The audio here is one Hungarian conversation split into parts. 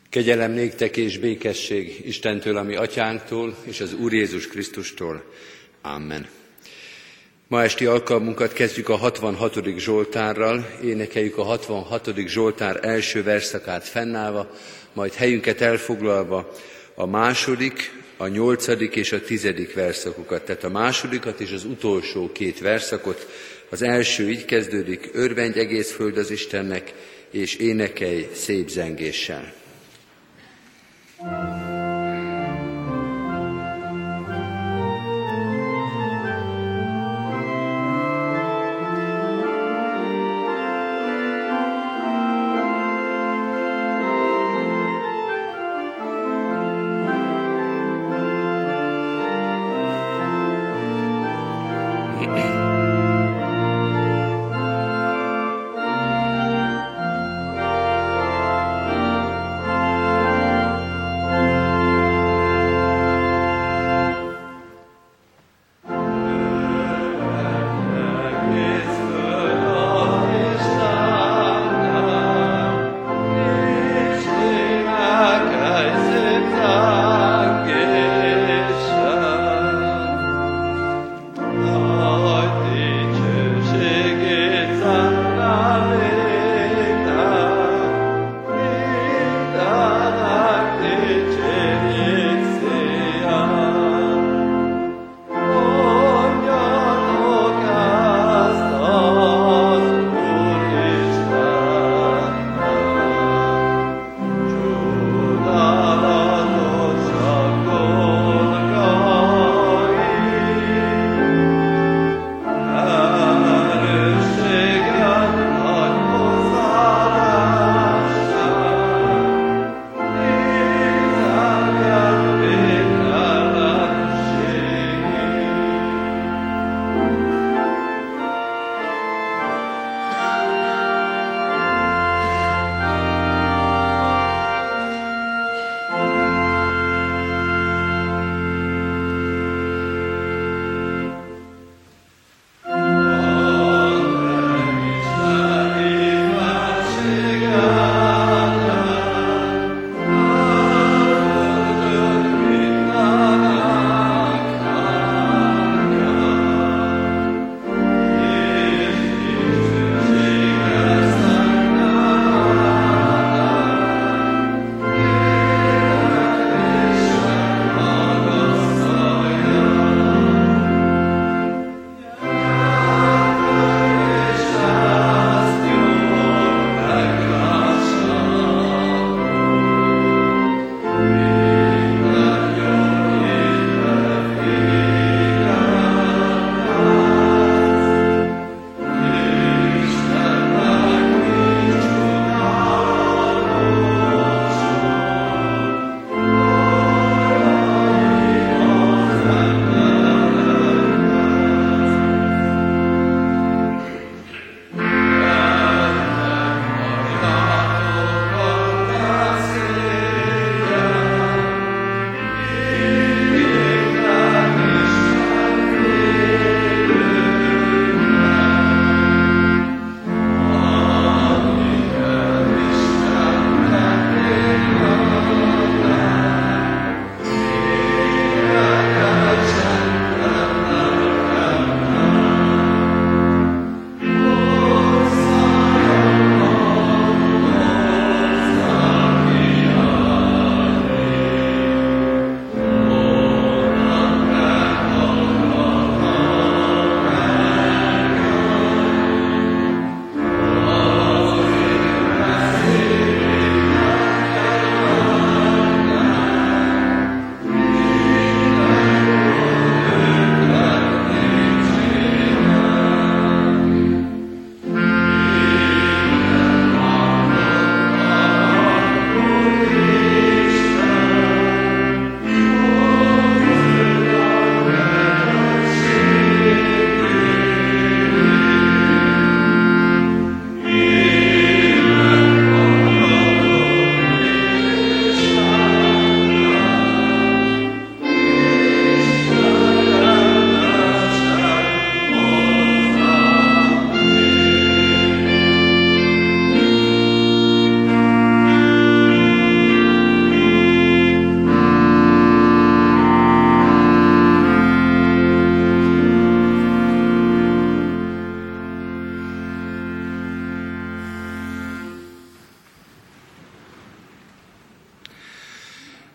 Kegyelem néktek és békesség Istentől, a mi atyánktól, és az Úr Jézus Krisztustól. Amen. Ma esti alkalmunkat kezdjük a 66. Zsoltárral, énekeljük a 66. Zsoltár első verszakát fennállva, majd helyünket elfoglalva a második, a 8. és a 10. verszakokat, tehát a másodikat és az utolsó két verszakot. Az első így kezdődik: örvendj egész föld az Istennek, és énekelj szép zengéssel.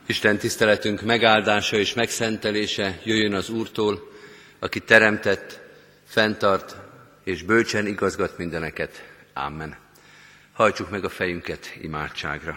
Isten tiszteletünk megáldása és megszentelése jöjjön az Úrtól, aki teremtett, fenntart és bölcsen igazgat mindeneket. Amen. Hajtsuk meg a fejünket imádságra.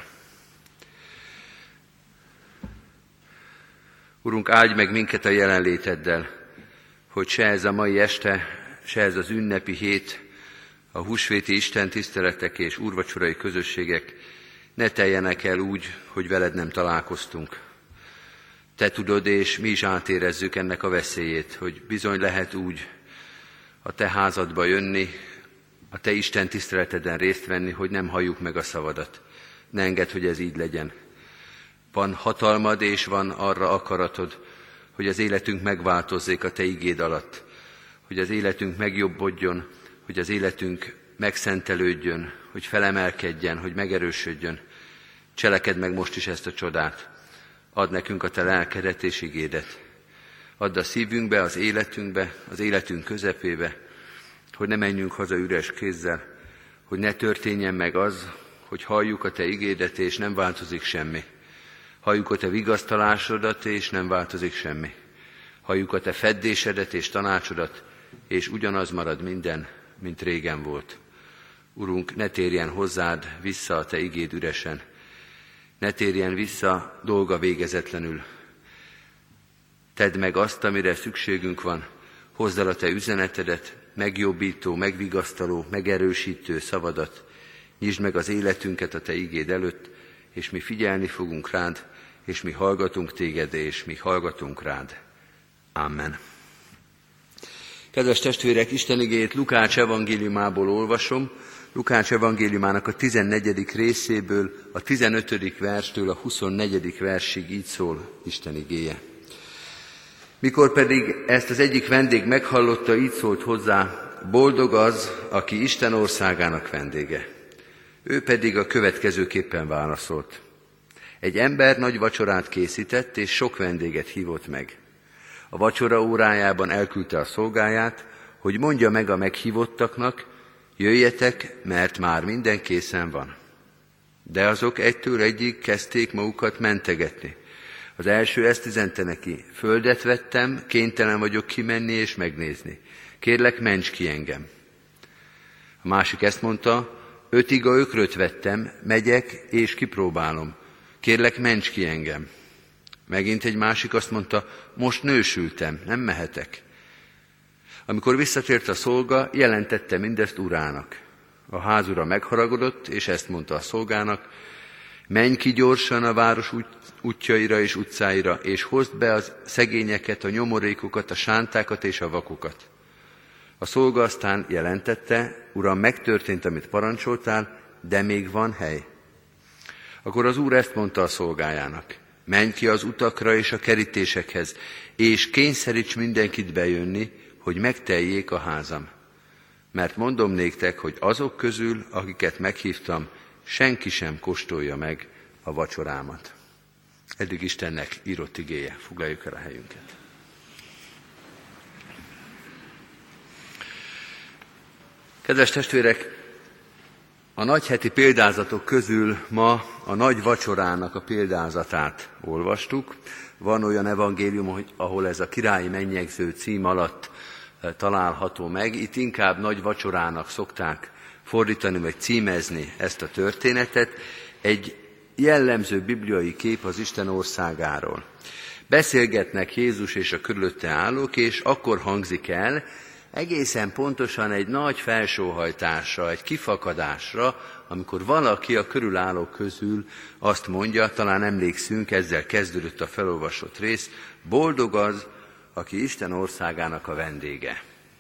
Urunk, áldj meg minket a jelenléteddel, hogy se ez a mai este, se ez az ünnepi hét, a húsvéti Isten tiszteletek és úrvacsorai közösségek ne teljenek el úgy, hogy veled nem találkoztunk. Te tudod, és mi is átérezzük ennek a veszélyét, hogy bizony lehet úgy a te házadba jönni, a te Isten tiszteleteden részt venni, hogy nem halljuk meg a szavadat. Ne engedd, hogy ez így legyen. Van hatalmad és van arra akaratod, hogy az életünk megváltozzék a te igéd alatt, hogy az életünk megjobbodjon, hogy az életünk megszentelődjön, hogy felemelkedjen, hogy megerősödjön. Cselekedd meg most is ezt a csodát. Add nekünk a te lelkedet és igédet. Add a szívünkbe, az életünk közepébe, hogy ne menjünk haza üres kézzel, hogy ne történjen meg az, hogy halljuk a te igédet és nem változik semmi. Halljuk a te vigasztalásodat és nem változik semmi. Halljuk a te feddésedet és tanácsodat, és ugyanaz marad minden, mint régen volt. Urunk, ne térjen hozzád vissza a te igéd üresen, ne térjen vissza dolga végezetlenül. Tedd meg azt, amire szükségünk van, hozd el a te üzenetedet, megjobbító, megvigasztaló, megerősítő szavadat, nyisd meg az életünket a te igéd előtt, és mi figyelni fogunk rád, és mi hallgatunk téged, és mi hallgatunk rád. Amen. Kedves testvérek, Isten igéjét Lukács evangéliumából olvasom, Lukács evangéliumának a 14. részéből, a 15. verstől a 24. versig így szól Isten igéje. Mikor pedig ezt az egyik vendég meghallotta, így szólt hozzá: boldog az, aki Isten országának vendége. Ő pedig a következőképpen válaszolt: egy ember nagy vacsorát készített, és sok vendéget hívott meg. A vacsora órájában elküldte a szolgáját, hogy mondja meg a meghívottaknak: jöjjetek, mert már minden készen van. De azok egytől egyig kezdték magukat mentegetni. Az első ezt üzente neki: földet vettem, kénytelen vagyok kimenni és megnézni. Kérlek, ments ki engem. A másik ezt mondta: 5 iga ökröt vettem, megyek és kipróbálom. Kérlek, ments ki engem. Megint egy másik azt mondta: most nősültem, nem mehetek. Amikor visszatért a szolga, jelentette mindezt urának. A házura megharagudott, és ezt mondta a szolgának: menj ki gyorsan a város útjaira és utcáira, és hozd be a szegényeket, a nyomorékokat, a sántákat és a vakokat. A szolga aztán jelentette: uram, megtörtént, amit parancsoltál, de még van hely. Akkor az úr ezt mondta a szolgájának: menj ki az utakra és a kerítésekhez, és kényszeríts mindenkit bejönni, hogy megteljék a házam. Mert mondom néktek, hogy azok közül, akiket meghívtam, senki sem kóstolja meg a vacsorámat. Eddig Istennek írott igéje. Foglaljuk el a helyünket. Kedves testvérek, a nagyheti példázatok közül ma a nagy vacsorának a példázatát olvastuk. Van olyan evangélium, ahol ez a királyi mennyegző cím alatt található meg. Itt inkább nagy vacsorának szokták fordítani, vagy címezni ezt a történetet. Egy jellemző bibliai kép az Isten országáról. Beszélgetnek Jézus és a körülötte állók, és akkor hangzik el egészen pontosan egy nagy felsóhajtásra, egy kifakadásra, amikor valaki a körülállók közül azt mondja, talán emlékszünk, ezzel kezdődött a felolvasott rész: boldog az, aki Isten országának a vendége.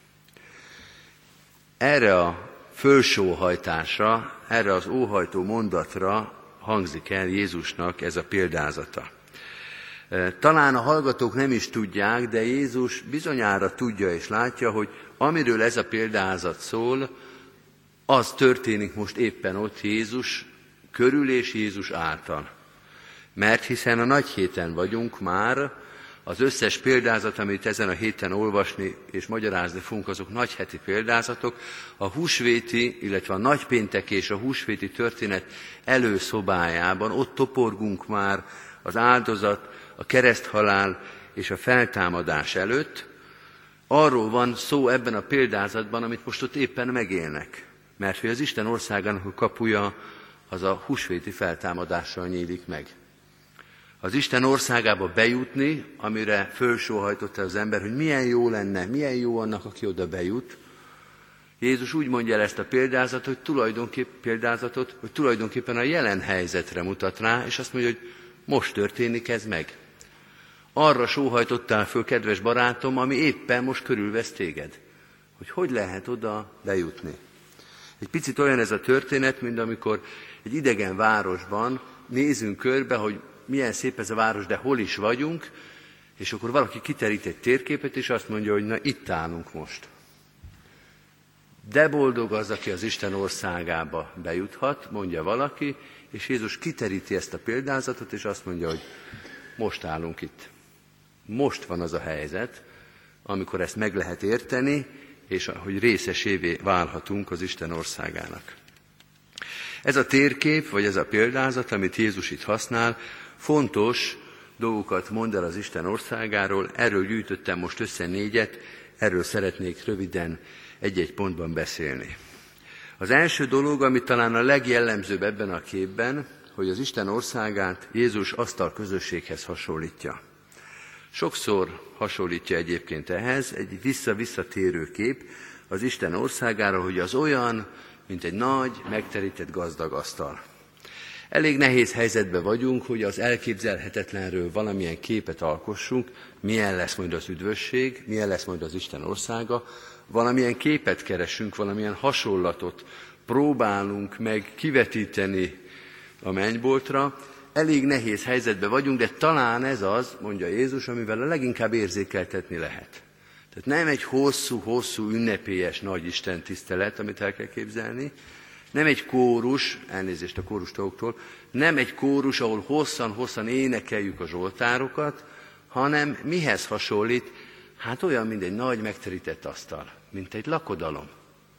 Erre a fölsóhajtásra, erre az óhajtó mondatra hangzik el Jézusnak ez a példázata. Talán a hallgatók nem is tudják, de Jézus bizonyára tudja és látja, hogy amiről ez a példázat szól, az történik most éppen ott Jézus körül és Jézus által. Mert hiszen a nagy héten vagyunk már, az összes példázat, amit ezen a héten olvasni és magyarázni fogunk, azok nagyheti példázatok. A húsvéti, illetve a nagypéntek és a húsvéti történet előszobájában ott toporgunk már az áldozat, a kereszthalál és a feltámadás előtt. Arról van szó ebben a példázatban, amit most ott éppen megélnek. Mert hogy az Isten országának a kapuja az a húsvéti feltámadással nyílik meg. Az Isten országába bejutni, amire fölsóhajtotta az ember, hogy milyen jó lenne, milyen jó annak, aki oda bejut. Jézus úgy mondja el ezt a példázatot, hogy tulajdonképpen a jelen helyzetre mutat rá, és azt mondja, hogy most történik ez meg. Arra sóhajtottál föl, kedves barátom, ami éppen most körülvesz téged. Hogy lehet oda bejutni. Egy picit olyan ez a történet, mint amikor egy idegen városban nézünk körbe, hogy milyen szép ez a város, de hol is vagyunk, és akkor valaki kiterít egy térképet, és azt mondja, hogy na itt állunk most. De boldog az, aki az Isten országába bejuthat, mondja valaki, és Jézus kiteríti ezt a példázatot, és azt mondja, hogy most állunk itt. Most van az a helyzet, amikor ezt meg lehet érteni, és hogy részesévé válhatunk az Isten országának. Ez a térkép, vagy ez a példázat, amit Jézus itt használ, fontos dolgokat mond el az Isten országáról. Erről gyűjtöttem most össze 4, erről szeretnék röviden egy-egy pontban beszélni. Az első dolog, ami talán a legjellemzőbb ebben a képben, hogy az Isten országát Jézus asztalközösséghez hasonlítja. Sokszor hasonlítja egyébként ehhez egy vissza-visszatérő kép az Isten országára, hogy az olyan, mint egy nagy, megterített gazdag asztal. Elég nehéz helyzetben vagyunk, hogy az elképzelhetetlenről valamilyen képet alkossunk, milyen lesz majd az üdvösség, milyen lesz majd az Isten országa, valamilyen képet keresünk, valamilyen hasonlatot próbálunk meg kivetíteni a mennyboltra. Elég nehéz helyzetben vagyunk, de talán ez az, mondja Jézus, amivel a leginkább érzékeltetni lehet. Tehát nem egy hosszú, ünnepélyes nagy Isten tisztelet, amit el kell képzelni, nem egy kórus, elnézést a kórustagoktól, nem egy kórus, ahol hosszan énekeljük a zsoltárokat, hanem mihez hasonlít? Hát olyan, mint egy nagy megterített asztal, mint egy lakodalom.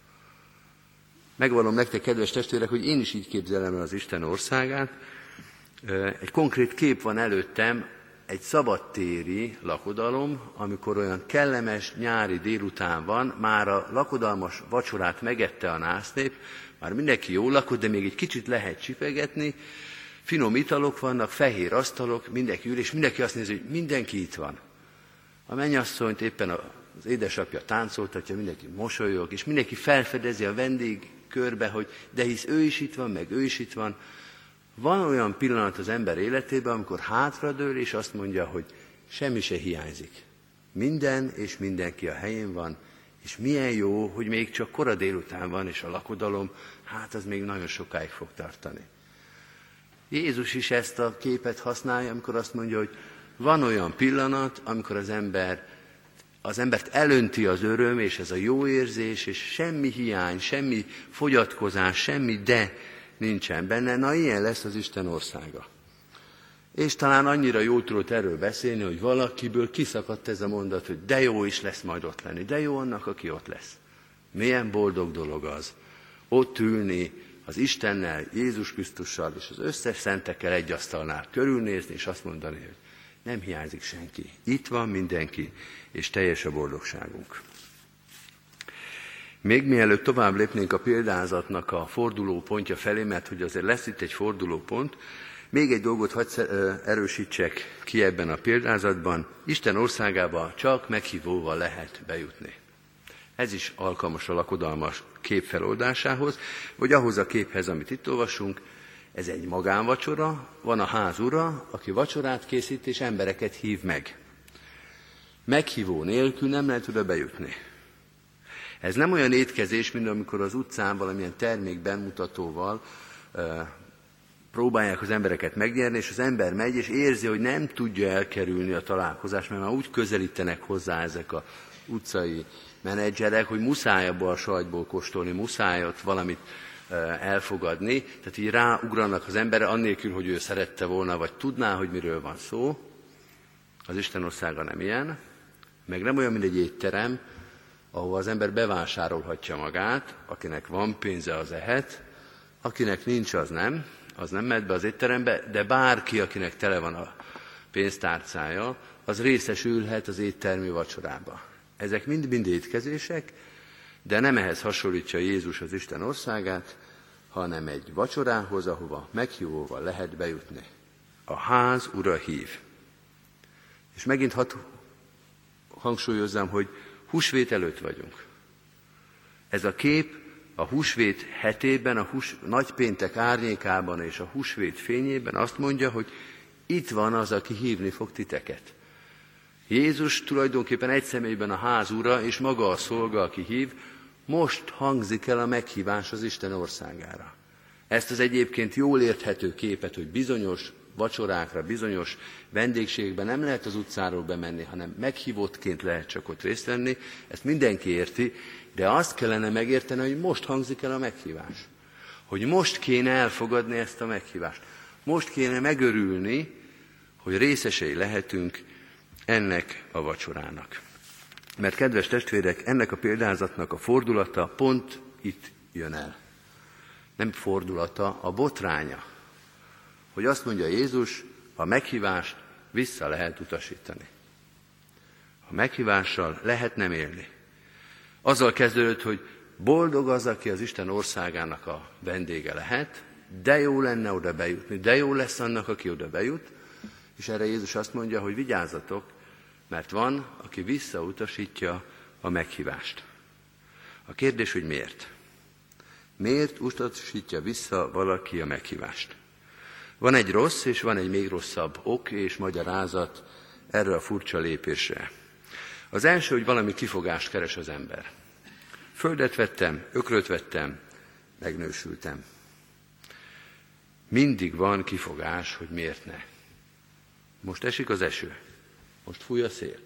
Megvallom nektek, kedves testvérek, hogy én is így képzelem el az Isten országát. Egy konkrét kép van előttem, egy szabadtéri lakodalom, amikor olyan kellemes nyári délután van, már a lakodalmas vacsorát megette a násznép, már mindenki jól lakott, de még egy kicsit lehet csipegetni, finom italok vannak, fehér asztalok, mindenki ül, és mindenki azt nézi, hogy mindenki itt van. A mennyasszonyt éppen az édesapja táncoltatja, mindenki mosolyog, és mindenki felfedezi a vendég körbe, hogy de hisz ő is itt van, meg ő is itt van. Van olyan pillanat az ember életében, amikor hátradől, és azt mondja, hogy semmi se hiányzik. Minden és mindenki a helyén van, és milyen jó, hogy még csak kora délután van, és a lakodalom, hát az még nagyon sokáig fog tartani. Jézus is ezt a képet használja, amikor azt mondja, hogy van olyan pillanat, amikor az embert elönti az öröm, és ez a jó érzés, és semmi hiány, semmi fogyatkozás, semmi de nincsen benne. Na, ilyen lesz az Isten országa. És talán annyira jól tudott erről beszélni, hogy valakiből kiszakadt ez a mondat, hogy de jó is lesz majd ott lenni, de jó annak, aki ott lesz. Milyen boldog dolog az, ott ülni az Istennel, Jézus Krisztussal és az összes szentekkel egy asztalnál körülnézni, és azt mondani, hogy nem hiányzik senki. Itt van mindenki, és teljes a boldogságunk. Még mielőtt tovább lépnénk a példázatnak a fordulópontja felé, mert hogy azért lesz itt egy fordulópont, még egy dolgot hadd erősítsek ki ebben a példázatban. Isten országába csak meghívóval lehet bejutni. Ez is alkalmas a lakodalmas kép feloldásához, vagy ahhoz a képhez, amit itt olvasunk. Ez egy magánvacsora, van a ház ura, aki vacsorát készít és embereket hív meg. Meghívó nélkül nem lehet oda bejutni. Ez nem olyan étkezés, mint amikor az utcán valamilyen termék bemutatóval próbálják az embereket megnyerni, és az ember megy, és érzi, hogy nem tudja elkerülni a találkozást, mert már úgy közelítenek hozzá ezek az utcai menedzserek, hogy muszáj abból a sajtból kóstolni, muszáj ott valamit elfogadni, tehát így ráugranak az emberre, annélkül, hogy ő szerette volna, vagy tudná, hogy miről van szó. Az Isten országa nem ilyen, meg nem olyan, mint egy étterem, ahol az ember bevásárolhatja magát, akinek van pénze, az ehet, akinek nincs, az nem, az nem mehet be az étterembe, de bárki, akinek tele van a pénztárcája, az részesülhet az éttermi vacsorába. Ezek mind-mind étkezések, de nem ehhez hasonlítja Jézus az Isten országát, hanem egy vacsorához, ahova meghívóval lehet bejutni. A ház ura hív. És megint hadd hangsúlyozzam, hogy húsvét előtt vagyunk. Ez a kép a húsvét hetében, a nagypéntek árnyékában és a húsvét fényében azt mondja, hogy itt van az, aki hívni fog titeket. Jézus tulajdonképpen egy személyben a ház ura, és maga a szolga, aki hív, most hangzik el a meghívás az Isten országára. Ezt az egyébként jól érthető képet, hogy bizonyos vacsorákra, bizonyos vendégségben nem lehet az utcáról bemenni, hanem meghívottként lehet csak ott részt venni, ezt mindenki érti, de azt kellene megérteni, hogy most hangzik el a meghívás. Hogy most kéne elfogadni ezt a meghívást. Most kéne megörülni, hogy részesei lehetünk ennek a vacsorának. Mert kedves testvérek, ennek a példázatnak a fordulata pont itt jön el. Nem fordulata, a botránya. Hogy azt mondja Jézus, a meghívást vissza lehet utasítani. A meghívással lehet nem élni. Azzal kezdődött, hogy boldog az, aki az Isten országának a vendége lehet, de jó lenne oda bejutni, de jó lesz annak, aki oda bejut, és erre Jézus azt mondja, hogy vigyázzatok, mert van, aki visszautasítja a meghívást. A kérdés, hogy miért? Miért utasítja vissza valaki a meghívást? Van egy rossz, és van egy még rosszabb ok és magyarázat erre a furcsa lépésre. Az első, hogy valami kifogást keres az ember. Földet vettem, ökröt vettem, megnősültem. Mindig van kifogás, hogy miért ne. Most esik az eső, most fúj a szél,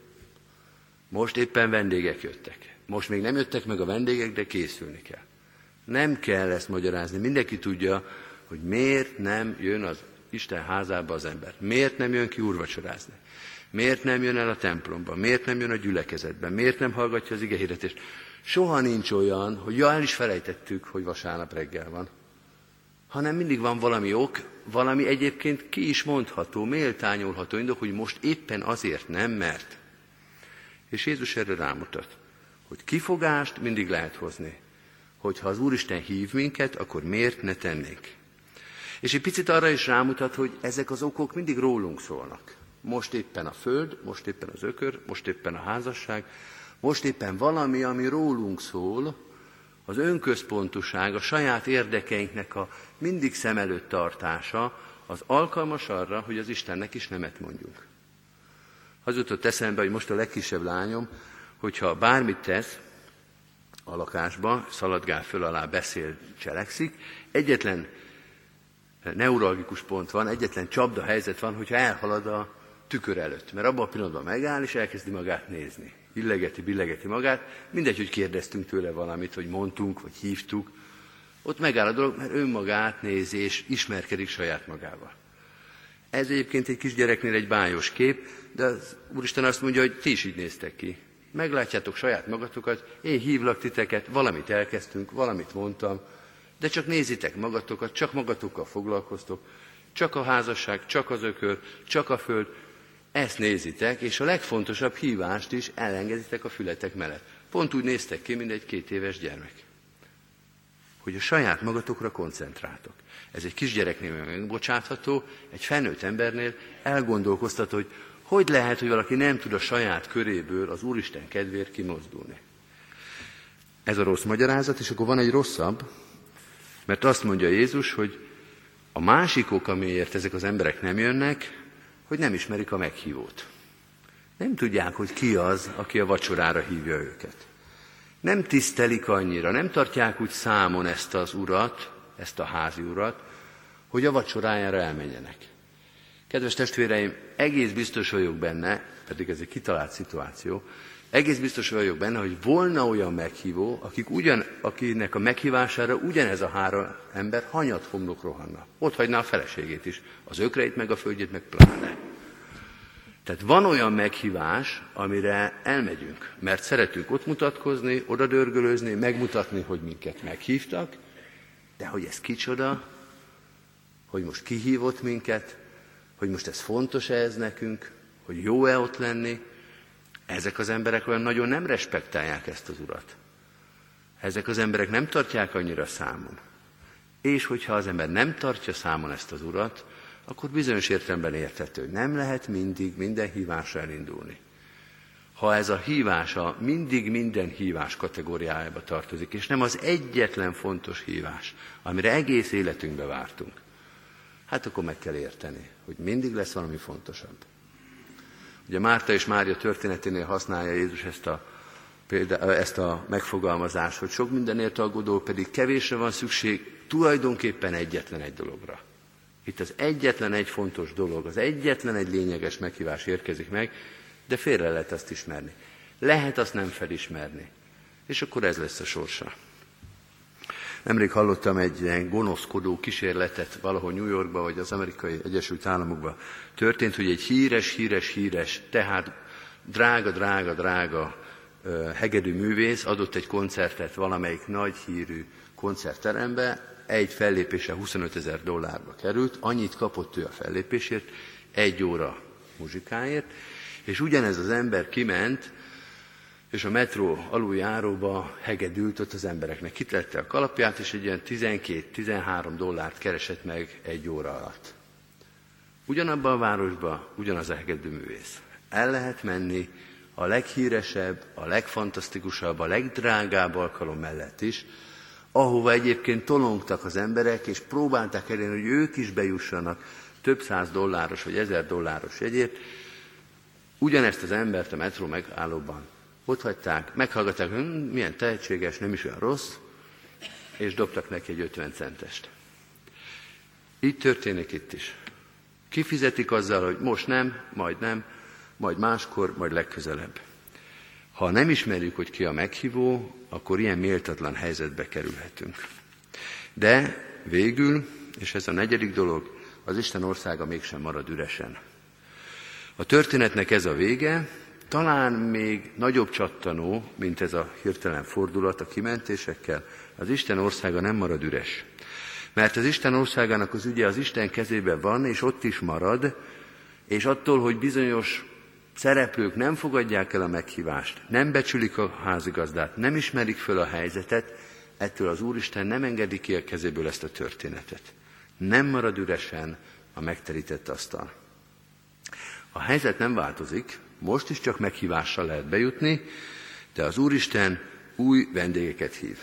most éppen vendégek jöttek. Most még nem jöttek meg a vendégek, de készülni kell. Nem kell ezt magyarázni, mindenki tudja, hogy miért nem jön az Isten házába az ember. Miért nem jön ki úrvacsorázni? Miért nem jön el a templomba? Miért nem jön a gyülekezetbe? Miért nem hallgatja az igehirdetést? Soha nincs olyan, hogy el is felejtettük, hogy vasárnap reggel van. Hanem mindig van valami ok, valami egyébként ki is mondható, méltányolható indok, hogy most éppen azért nem, mert. És Jézus erre rámutat, hogy kifogást mindig lehet hozni. Hogyha az Úristen hív minket, akkor miért ne tennénk? És egy picit arra is rámutat, hogy ezek az okok mindig rólunk szólnak. Most éppen a föld, most éppen az ökör, most éppen a házasság, most éppen valami, ami rólunk szól, az önközpontúság, a saját érdekeinknek a mindig szem előtt tartása, az alkalmas arra, hogy az Istennek is nemet mondjunk. Az jutott eszembe, hogy most a legkisebb lányom, hogyha bármit tesz a lakásba, szaladgál föl alá, beszél, cselekszik, egyetlen neuralgikus pont van, egyetlen csapda helyzet van, hogyha elhalad a tükör előtt. Mert abban a pillanatban megáll, és elkezdi magát nézni. Billegeti magát. Mindegy, hogy kérdeztünk tőle valamit, hogy mondtunk, vagy hívtuk. Ott megáll a dolog, mert önmagát nézi, és ismerkedik saját magával. Ez egyébként egy kisgyereknél egy bájos kép, de az Úristen azt mondja, hogy ti is így néztek ki. Meglátjátok saját magatokat, én hívlak titeket, valamit elkezdtünk, valamit mondtam, de csak nézitek magatokat, csak magatokkal foglalkoztok, csak a házasság, csak az ökör, csak a föld, ezt nézitek, és a legfontosabb hívást is elengeditek a fületek mellett. Pont úgy néztek ki, mint egy 2 éves gyermek. Hogy a saját magatokra koncentráltok. Ez egy kisgyereknél megbocsátható, egy felnőtt embernél elgondolkoztató, hogy lehet, hogy valaki nem tud a saját köréből az Úristen kedvéért kimozdulni. Ez a rossz magyarázat, és akkor van egy rosszabb, mert azt mondja Jézus, hogy a másik ok, amiért ezek az emberek nem jönnek, hogy nem ismerik a meghívót. Nem tudják, hogy ki az, aki a vacsorára hívja őket. Nem tisztelik annyira, nem tartják úgy számon ezt az urat, ezt a házi urat, hogy a vacsorájára elmenjenek. Kedves testvéreim, egész biztos vagyok benne, pedig ez egy kitalált szituáció, egész biztos vagyok benne, hogy volna olyan meghívó, akinek a meghívására ugyanez a 3 ember hanyat homlok rohanna. Ott hagyná a feleségét is, az ökreit meg a földjét meg pláne. Tehát van olyan meghívás, amire elmegyünk, mert szeretünk ott mutatkozni, oda dörgölőzni, megmutatni, hogy minket meghívtak, de hogy ez kicsoda, hogy most kihívott minket, hogy most ez fontos-e ez nekünk, hogy jó-e ott lenni. Ezek az emberek olyan nagyon nem respektálják ezt az Urat. Ezek az emberek nem tartják annyira számon. És hogyha az ember nem tartja számon ezt az Urat, akkor bizonyos értelemben érthető, hogy nem lehet mindig minden hívásra elindulni. Ha ez a hívás mindig minden hívás kategóriájába tartozik, és nem az egyetlen fontos hívás, amire egész életünkbe vártunk, hát akkor meg kell érteni, hogy mindig lesz valami fontosabb. Ugye Márta és Mária történeténél használja Jézus ezt a megfogalmazást, hogy sok mindenért aggódó, pedig kevésre van szükség, tulajdonképpen egyetlen egy dologra. Itt az egyetlen egy fontos dolog, az egyetlen egy lényeges meghívás érkezik meg, de félre lehet azt ismerni. Lehet azt nem felismerni. És akkor ez lesz a sorsa. Nemrég hallottam egy ilyen gonoszkodó kísérletet, valahol New Yorkban, vagy az Amerikai Egyesült Államokban történt, hogy egy híres, tehát drága hegedű művész adott egy koncertet valamelyik nagy hírű koncertterembe, egy fellépése $25,000 került, annyit kapott ő a fellépésért, 1 óra muzsikáért, és ugyanez az ember kiment, és a metró aluljáróba hegedült ott az embereknek. Kitette a kalapját, és egy ilyen $12-13 keresett meg 1 óra alatt. Ugyanabban a városban ugyanaz a hegedűművész. El lehet menni a leghíresebb, a legfantasztikusabb, a legdrágább alkalom mellett is, ahova egyébként tolongtak az emberek, és próbálták elérni, hogy ők is bejussanak több $100 vagy $1000 jegyért. Ugyanezt az embert a metró megállóban ott hagyták, meghallgatták, milyen tehetséges, nem is olyan rossz, és dobtak neki egy 50 centest. Így történik itt is. Kifizetik azzal, hogy most nem, majd máskor, majd legközelebb. Ha nem ismerjük, hogy ki a meghívó, akkor ilyen méltatlan helyzetbe kerülhetünk. De végül, és ez a 4. dolog, az Isten országa mégsem marad üresen. A történetnek ez a vége, talán még nagyobb csattanó, mint ez a hirtelen fordulat a kimentésekkel, az Isten országa nem marad üres. Mert az Isten országának az ügye az Isten kezében van, és ott is marad, és attól, hogy bizonyos szereplők nem fogadják el a meghívást, nem becsülik a házigazdát, nem ismerik föl a helyzetet, ettől az Úristen nem engedi ki a kezéből ezt a történetet. Nem marad üresen a megterített asztal. A helyzet nem változik, most is csak meghívással lehet bejutni, de az Úristen új vendégeket hív.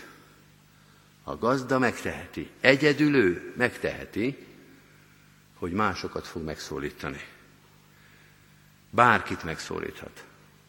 A gazda megteheti, egyedül ő megteheti, hogy másokat fog megszólítani. Bárkit megszólíthat.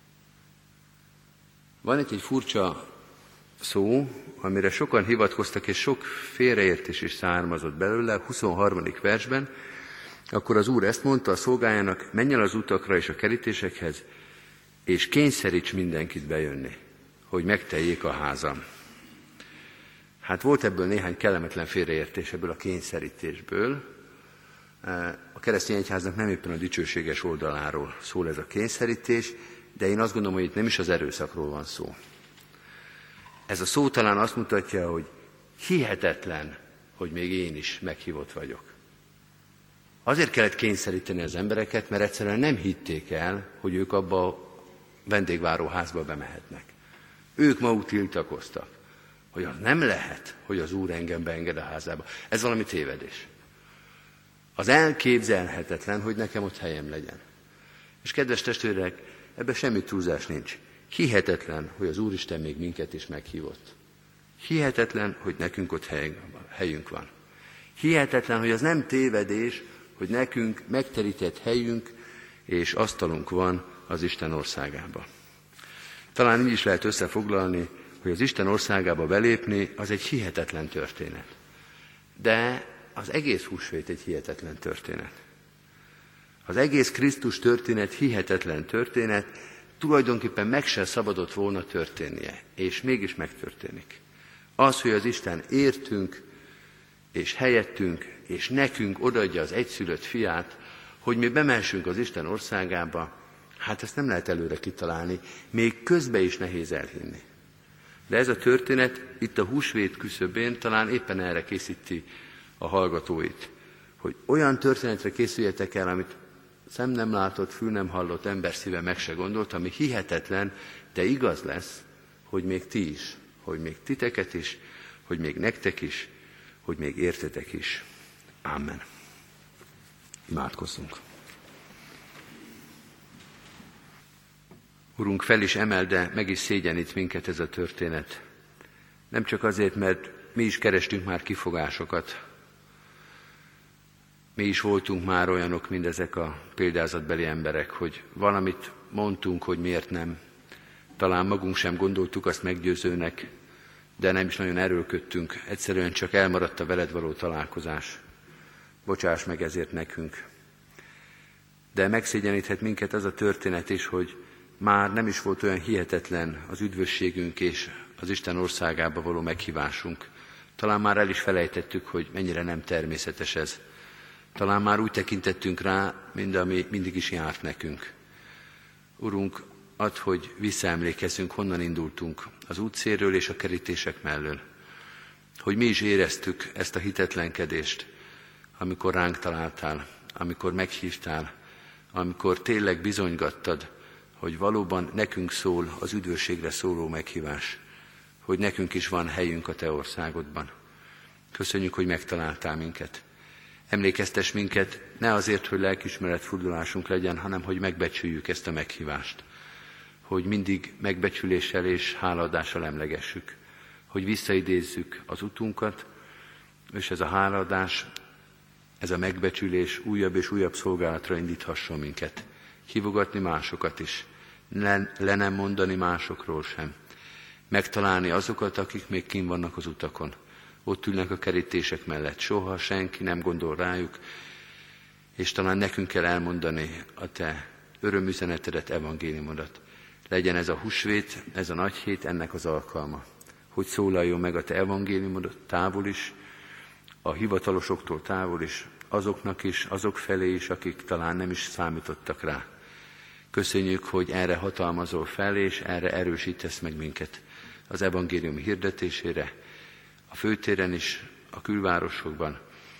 Van itt egy furcsa szó, amire sokan hivatkoztak, és sok félreértés is származott belőle, a 23. versben. Akkor az Úr ezt mondta a szolgájának, menj el az utakra és a kerítésekhez, és kényszeríts mindenkit bejönni, hogy megteljék a házam. Hát volt ebből néhány kellemetlen félreértés, ebből a kényszerítésből. A keresztény egyháznak nem éppen a dicsőséges oldaláról szól ez a kényszerítés, de én azt gondolom, hogy itt nem is az erőszakról van szó. Ez a szó talán azt mutatja, hogy hihetetlen, hogy még én is meghívott vagyok. Azért kellett kényszeríteni az embereket, mert egyszerűen nem hitték el, hogy ők abba a vendégváróházba bemehetnek. Ők maguk tiltakoztak, hogy az nem lehet, hogy az Úr engem beenged a házába. Ez valami tévedés. Az elképzelhetetlen, hogy nekem ott helyem legyen. És kedves testvérek, ebben semmi túlzás nincs. Hihetetlen, hogy az Úristen még minket is meghívott. Hihetetlen, hogy nekünk ott helyünk van. Hihetetlen, hogy az nem tévedés, hogy nekünk megterített helyünk és asztalunk van az Isten országába. Talán így is lehet összefoglalni, hogy az Isten országába belépni az egy hihetetlen történet. De az egész húsvét egy hihetetlen történet. Az egész Krisztus történet hihetetlen történet, tulajdonképpen meg sem szabadott volna történnie, és mégis megtörténik. Az, hogy az Isten értünk, és helyettünk, és nekünk odaadja az egyszülött fiát, hogy mi bemehessünk az Isten országába, hát ezt nem lehet előre kitalálni, még közben is nehéz elhinni. De ez a történet itt a húsvét küszöbén talán éppen erre készíti a hallgatóit, hogy olyan történetre készüljetek el, amit szem nem látott, fül nem hallott, ember szíve meg se gondolt, ami hihetetlen, de igaz lesz, hogy még ti is, hogy még titeket is, hogy még nektek is, hogy még értetek is. Amen. Imádkozzunk. Urunk, fel is emel, de meg is szégyenít minket ez a történet. Nem csak azért, mert mi is kerestünk már kifogásokat. Mi is voltunk már olyanok, mint ezek a példázatbeli emberek, hogy valamit mondtunk, hogy miért nem. Talán magunk sem gondoltuk azt meggyőzőnek, de nem is nagyon erőlködtünk. Egyszerűen csak elmaradt a veled való találkozás. Bocsáss meg ezért nekünk. De megszégyeníthet minket az a történet is, hogy már nem is volt olyan hihetetlen az üdvösségünk és az Isten országába való meghívásunk. Talán már el is felejtettük, hogy mennyire nem természetes ez. Talán már úgy tekintettünk rá, mint ami mindig is járt nekünk. Urunk, add, hogy visszaemlékezzünk, honnan indultunk, az útszélről és a kerítések mellől. Hogy mi is éreztük ezt a hitetlenkedést, amikor ránk találtál, amikor meghívtál, amikor tényleg bizonygattad, hogy valóban nekünk szól az üdvösségre szóló meghívás, hogy nekünk is van helyünk a te országodban. Köszönjük, hogy megtaláltál minket. Emlékeztess minket ne azért, hogy lelkiismeret furdulásunk legyen, hanem hogy megbecsüljük ezt a meghívást. Hogy mindig megbecsüléssel és hálaadással emlegessük. Hogy visszaidézzük az utunkat, és ez a hálaadás, ez a megbecsülés újabb és újabb szolgálatra indíthasson minket. Hívogatni másokat is, le nem mondani másokról sem. Megtalálni azokat, akik még kint vannak az utakon. Ott ülnek a kerítések mellett, soha senki nem gondol rájuk, és talán nekünk kell elmondani a te örömüzenetedet, evangéliumodat. Legyen ez a húsvét, ez a nagy hét, ennek az alkalma, hogy szólaljon meg a te evangéliumodat távol is, a hivatalosoktól távol is, azoknak is, azok felé is, akik talán nem is számítottak rá. Köszönjük, hogy erre hatalmazol fel, és erre erősítesz meg minket az evangélium hirdetésére, a főtéren is, a külvárosokban,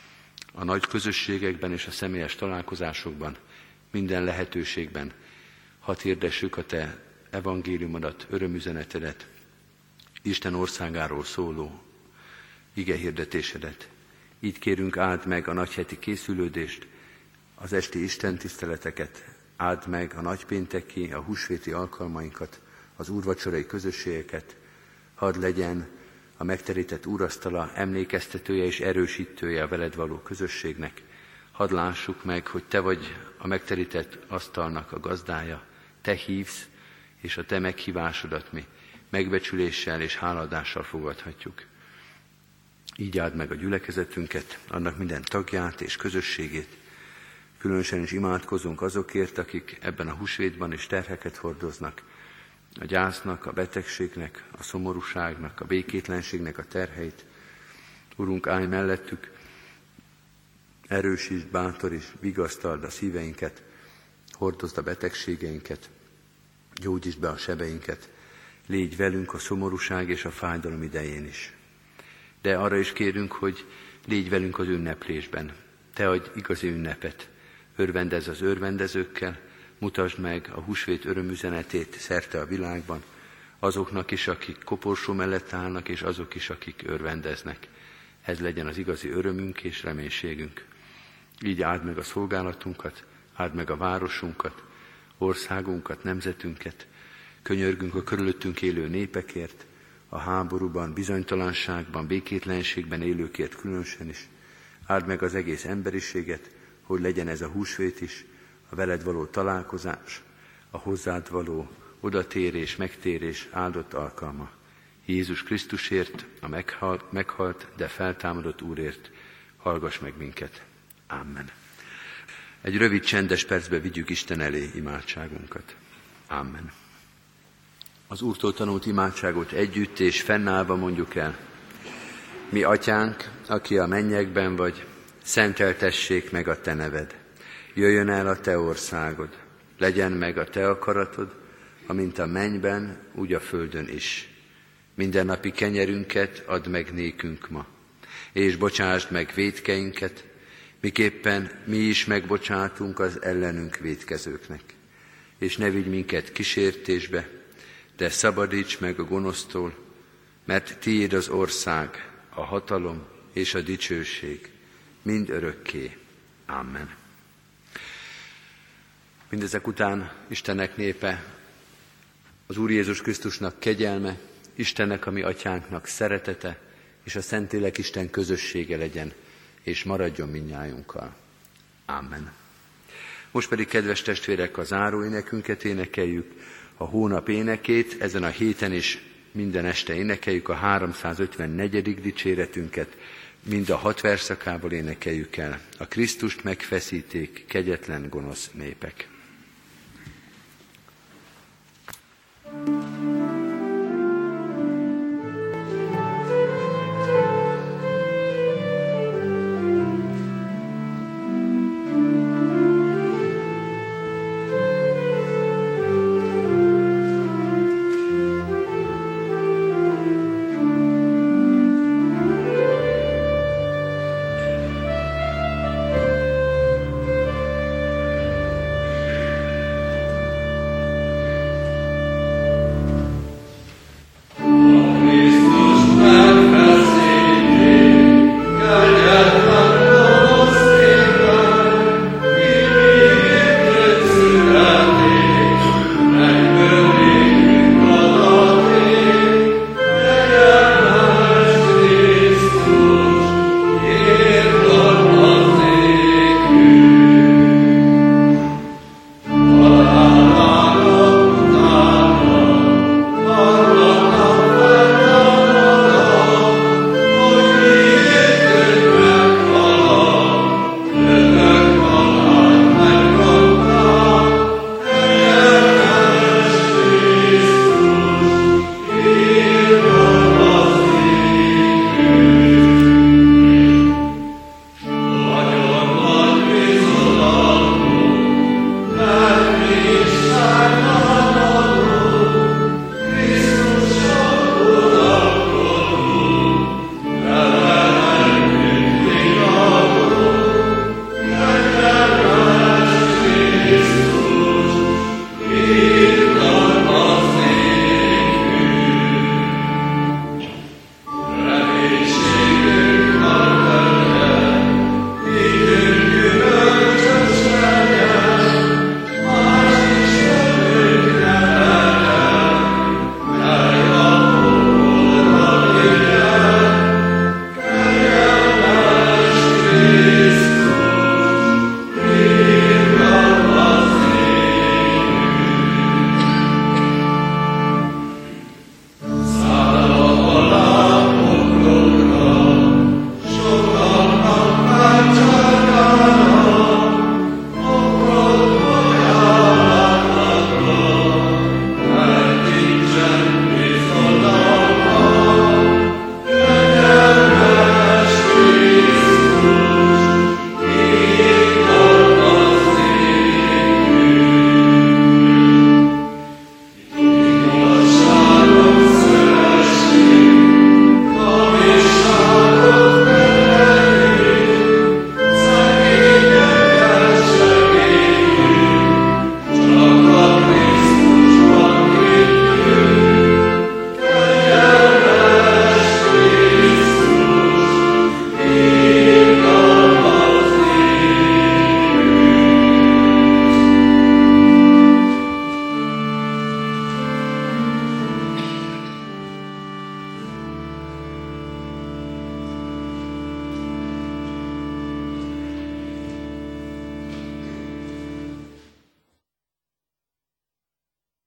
a nagy közösségekben és a személyes találkozásokban, minden lehetőségben. Hadd hirdessük a te evangéliumodat, örömüzenetedet, Isten országáról szóló ige hirdetésedet. Így kérünk, áld meg a nagyheti készülődést, az esti istentiszteleteket, áld meg a nagypénteki, a húsvéti alkalmainkat, az úrvacsorai közösségeket, hadd legyen a megterített úrasztala emlékeztetője és erősítője a veled való közösségnek. Hadd lássuk meg, hogy te vagy a megterített asztalnak a gazdája, te hívsz, és a te meghívásodat mi megbecsüléssel és háladással fogadhatjuk. Így áld meg a gyülekezetünket, annak minden tagját és közösségét. Különösen is imádkozunk azokért, akik ebben a húsvétban is terheket hordoznak, a gyásznak, a betegségnek, a szomorúságnak, a békétlenségnek a terheit. Urunk, állj mellettük, erősítsd, bátorítsd, vigasztald a szíveinket, hordozd a betegségeinket, gyógyítsd be a sebeinket, légy velünk a szomorúság és a fájdalom idején is. De arra is kérünk, hogy légy velünk az ünneplésben. Te adj igazi ünnepet, örvendezz az örvendezőkkel, mutasd meg a húsvét örömüzenetét szerte a világban, azoknak is, akik koporsó mellett állnak, és azok is, akik örvendeznek. Ez legyen az igazi örömünk és reménységünk. Így áld meg a szolgálatunkat, áld meg a városunkat, országunkat, nemzetünket, könyörgünk a körülöttünk élő népekért, a háborúban, bizonytalanságban, békétlenségben élőkért különösen is. Áld meg az egész emberiséget, hogy legyen ez a húsvét is, a veled való találkozás, a hozzád való odatérés, megtérés áldott alkalma. Jézus Krisztusért, a meghalt, de feltámadott Úrért, hallgass meg minket. Amen. Egy rövid csendes percbe vigyük Isten elé imádságunkat. Amen. Az Úrtól tanult imádságot együtt és fennállva mondjuk el. Mi atyánk, aki a mennyekben vagy, szenteltessék meg a te neved. Jöjjön el a te országod, legyen meg a te akaratod, amint a mennyben, úgy a földön is. Mindennapi kenyerünket add meg nékünk ma, és bocsásd meg vétkeinket, miképpen mi is megbocsátunk az ellenünk vétkezőknek. És ne vigy minket kísértésbe, de szabadíts meg a gonosztól, mert tiéd az ország, a hatalom és a dicsőség, mind örökké. Amen. Mindezek után Istennek népe, az Úr Jézus Krisztusnak kegyelme, Istennek, a mi atyánknak szeretete, és a Szentlélek Isten közössége legyen, és maradjon mindnyájunkkal. Amen. Most pedig, kedves testvérek, a záróénekünket énekeljük, a hónap énekét, ezen a héten is minden este énekeljük a 354. dicséretünket, mind a 6 verszakából énekeljük el, a Krisztust megfeszíték kegyetlen gonosz népek.